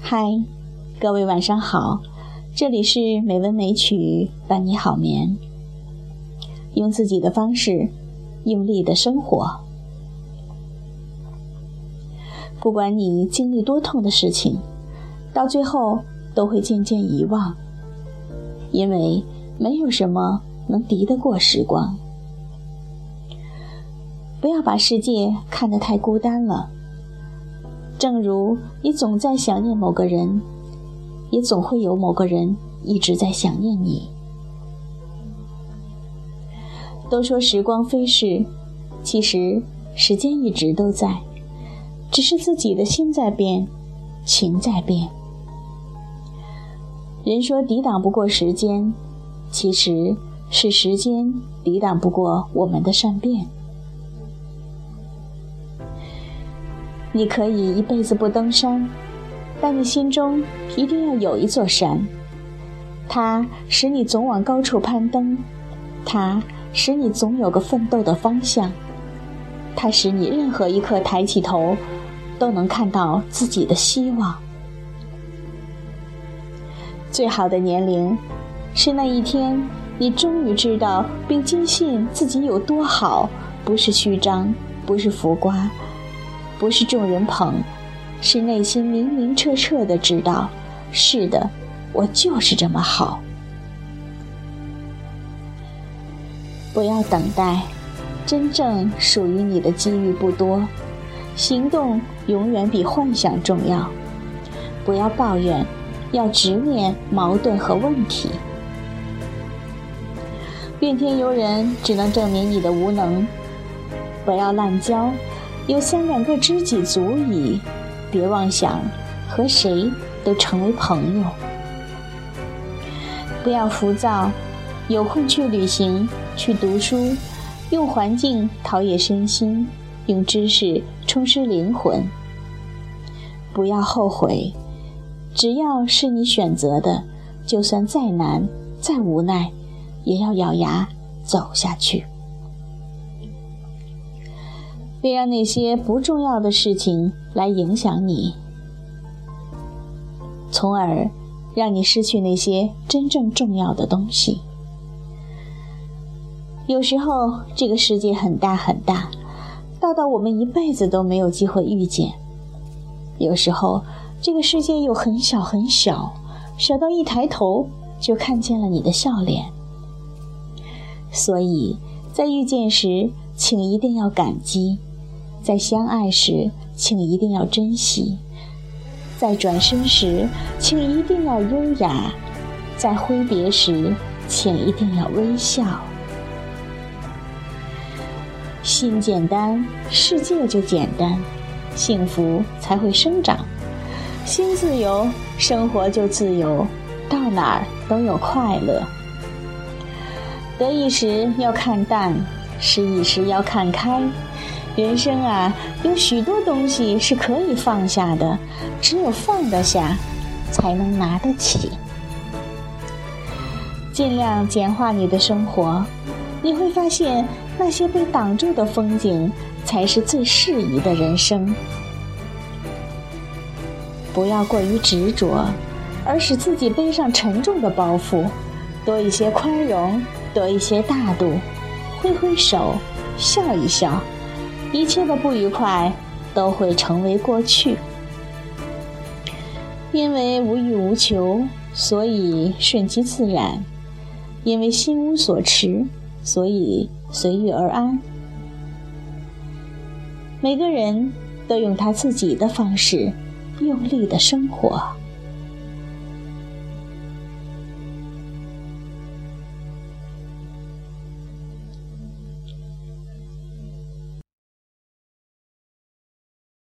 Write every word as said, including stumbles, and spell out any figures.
嗨，各位晚上好，这里是美文美曲伴你好眠，用自己的方式用力的生活。不管你经历多痛的事情，到最后都会渐渐遗忘，因为没有什么能敌得过时光。不要把世界看得太孤单了，正如你总在想念某个人，也总会有某个人一直在想念你。都说时光飞逝，其实时间一直都在，只是自己的心在变，情在变。人说抵挡不过时间，其实是时间抵挡不过我们的善变。你可以一辈子不登山，但你心中一定要有一座山，它使你总往高处攀登，它使你总有个奋斗的方向，它使你任何一刻抬起头都能看到自己的希望。最好的年龄是那一天你终于知道并坚信自己有多好，不是虚张，不是浮夸，不是众人捧，是内心明明彻彻地知道，是的，我就是这么好。不要等待，真正属于你的机遇不多，行动永远比幻想重要。不要抱怨，要直面矛盾和问题。怨天尤人只能证明你的无能。不要滥交，有三两个知己足矣，别妄想和谁都成为朋友。不要浮躁，有空去旅行，去读书，用环境陶冶身心，用知识充实灵魂。不要后悔，只要是你选择的，就算再难再无奈，也要咬牙走下去。别让那些不重要的事情来影响你，从而让你失去那些真正重要的东西。有时候这个世界很大很大，大到我们一辈子都没有机会遇见。有时候这个世界又很小很小，小到一抬头就看见了你的笑脸。所以在遇见时请一定要感激，在相爱时请一定要珍惜，在转身时请一定要优雅，在挥别时请一定要微笑。心简单，世界就简单，幸福才会生长。心自由，生活就自由，到哪儿都有快乐。得意时要看淡，失意时要看开。人生啊，有许多东西是可以放下的，只有放得下，才能拿得起。尽量简化你的生活，你会发现那些被挡住的风景，才是最适宜的人生。不要过于执着，而使自己背上沉重的包袱，多一些宽容，多一些大度，挥挥手，笑一笑，一切的不愉快都会成为过去。因为无欲无求，所以顺其自然；因为心无所持，所以随遇而安。每个人都用他自己的方式用力的生活。